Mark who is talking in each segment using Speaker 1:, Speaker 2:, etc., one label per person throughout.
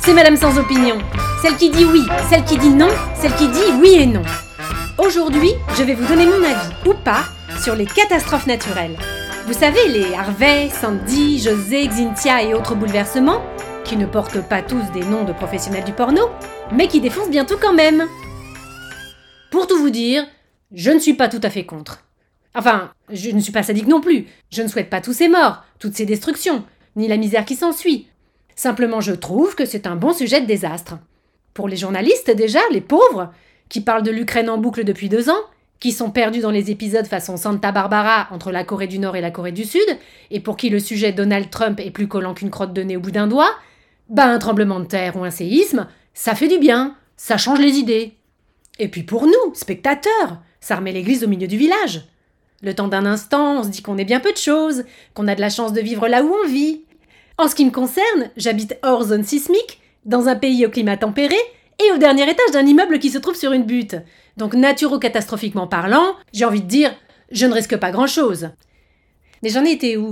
Speaker 1: C'est Madame sans opinion. Celle qui dit oui, celle qui dit non, celle qui dit oui et non. Aujourd'hui, je vais vous donner mon avis, ou pas, sur les catastrophes naturelles. Vous savez, les Harvey, Sandy, José, Xynthia et autres bouleversements, qui ne portent pas tous des noms de professionnels du porno, mais qui défoncent bien tout quand même. Pour tout vous dire, je ne suis pas tout à fait contre. Enfin, je ne suis pas sadique non plus. Je ne souhaite pas tous ces morts, toutes ces destructions, ni la misère qui s'ensuit. Simplement, je trouve que c'est un bon sujet de désastre. Pour les journalistes déjà, les pauvres, qui parlent de l'Ukraine en boucle depuis 2 ans, qui sont perdus dans les épisodes façon Santa Barbara entre la Corée du Nord et la Corée du Sud, et pour qui le sujet Donald Trump est plus collant qu'une crotte de nez au bout d'un doigt, un tremblement de terre ou un séisme, ça fait du bien, ça change les idées. Et puis pour nous, spectateurs, ça remet l'église au milieu du village. Le temps d'un instant, on se dit qu'on est bien peu de choses, qu'on a de la chance de vivre là où on vit. En ce qui me concerne, j'habite hors zone sismique, dans un pays au climat tempéré, et au dernier étage d'un immeuble qui se trouve sur une butte. Donc naturo-catastrophiquement parlant, j'ai envie de dire, je ne risque pas grand-chose. Mais j'en ai été où ?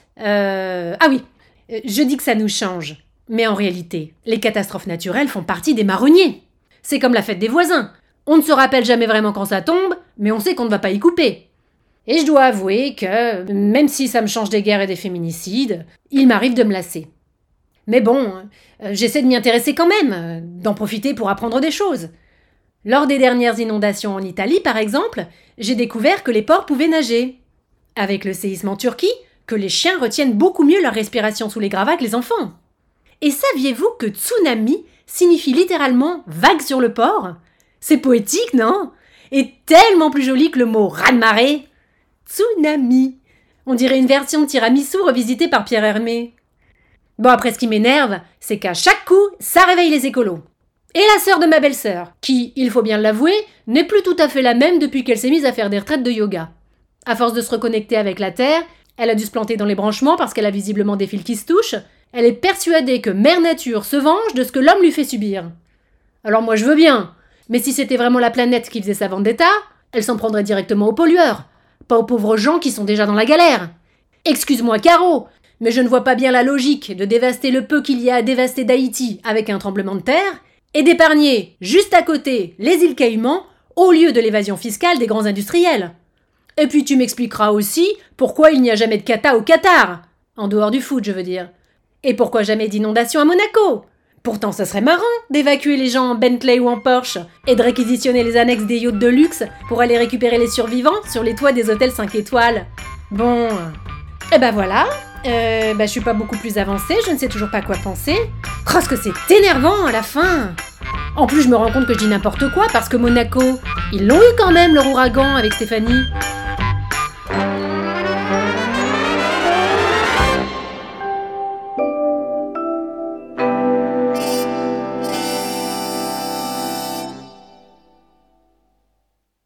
Speaker 1: Ah oui, je dis que ça nous change. Mais en réalité, les catastrophes naturelles font partie des marronniers. C'est comme la fête des voisins. On ne se rappelle jamais vraiment quand ça tombe, mais on sait qu'on ne va pas y couper. Et je dois avouer que, même si ça me change des guerres et des féminicides, il m'arrive de me lasser. Mais bon, j'essaie de m'y intéresser quand même, d'en profiter pour apprendre des choses. Lors des dernières inondations en Italie, par exemple, j'ai découvert que les porcs pouvaient nager. Avec le séisme en Turquie, que les chiens retiennent beaucoup mieux leur respiration sous les gravats que les enfants. Et saviez-vous que tsunami signifie littéralement vague sur le port ? C'est poétique, non ? Et tellement plus joli que le mot raz-de-marée. Tsunami. On dirait une version de tiramisu revisitée par Pierre Hermé. Bon, après, ce qui m'énerve, c'est qu'à chaque coup, ça réveille les écolos. Et la sœur de ma belle-sœur, qui, il faut bien l'avouer, n'est plus tout à fait la même depuis qu'elle s'est mise à faire des retraites de yoga. À force de se reconnecter avec la Terre, elle a dû se planter dans les branchements parce qu'elle a visiblement des fils qui se touchent. Elle est persuadée que Mère Nature se venge de ce que l'homme lui fait subir. Alors moi je veux bien, mais si c'était vraiment la planète qui faisait sa vendetta, elle s'en prendrait directement aux pollueurs, pas aux pauvres gens qui sont déjà dans la galère. Excuse-moi Caro, mais je ne vois pas bien la logique de dévaster le peu qu'il y a à dévaster d'Haïti avec un tremblement de terre et d'épargner, juste à côté, les îles Caïmans au lieu de l'évasion fiscale des grands industriels. Et puis tu m'expliqueras aussi pourquoi il n'y a jamais de cata au Qatar, en dehors du foot je veux dire. Et pourquoi jamais d'inondation à Monaco ? Pourtant, ce serait marrant d'évacuer les gens en Bentley ou en Porsche et de réquisitionner les annexes des yachts de luxe pour aller récupérer les survivants sur les toits des hôtels 5 étoiles. Bon, et voilà, je suis pas beaucoup plus avancée, je ne sais toujours pas quoi penser. Parce que c'est énervant à la fin. En plus, je me rends compte que je dis n'importe quoi parce que Monaco, ils l'ont eu quand même leur ouragan avec Stéphanie.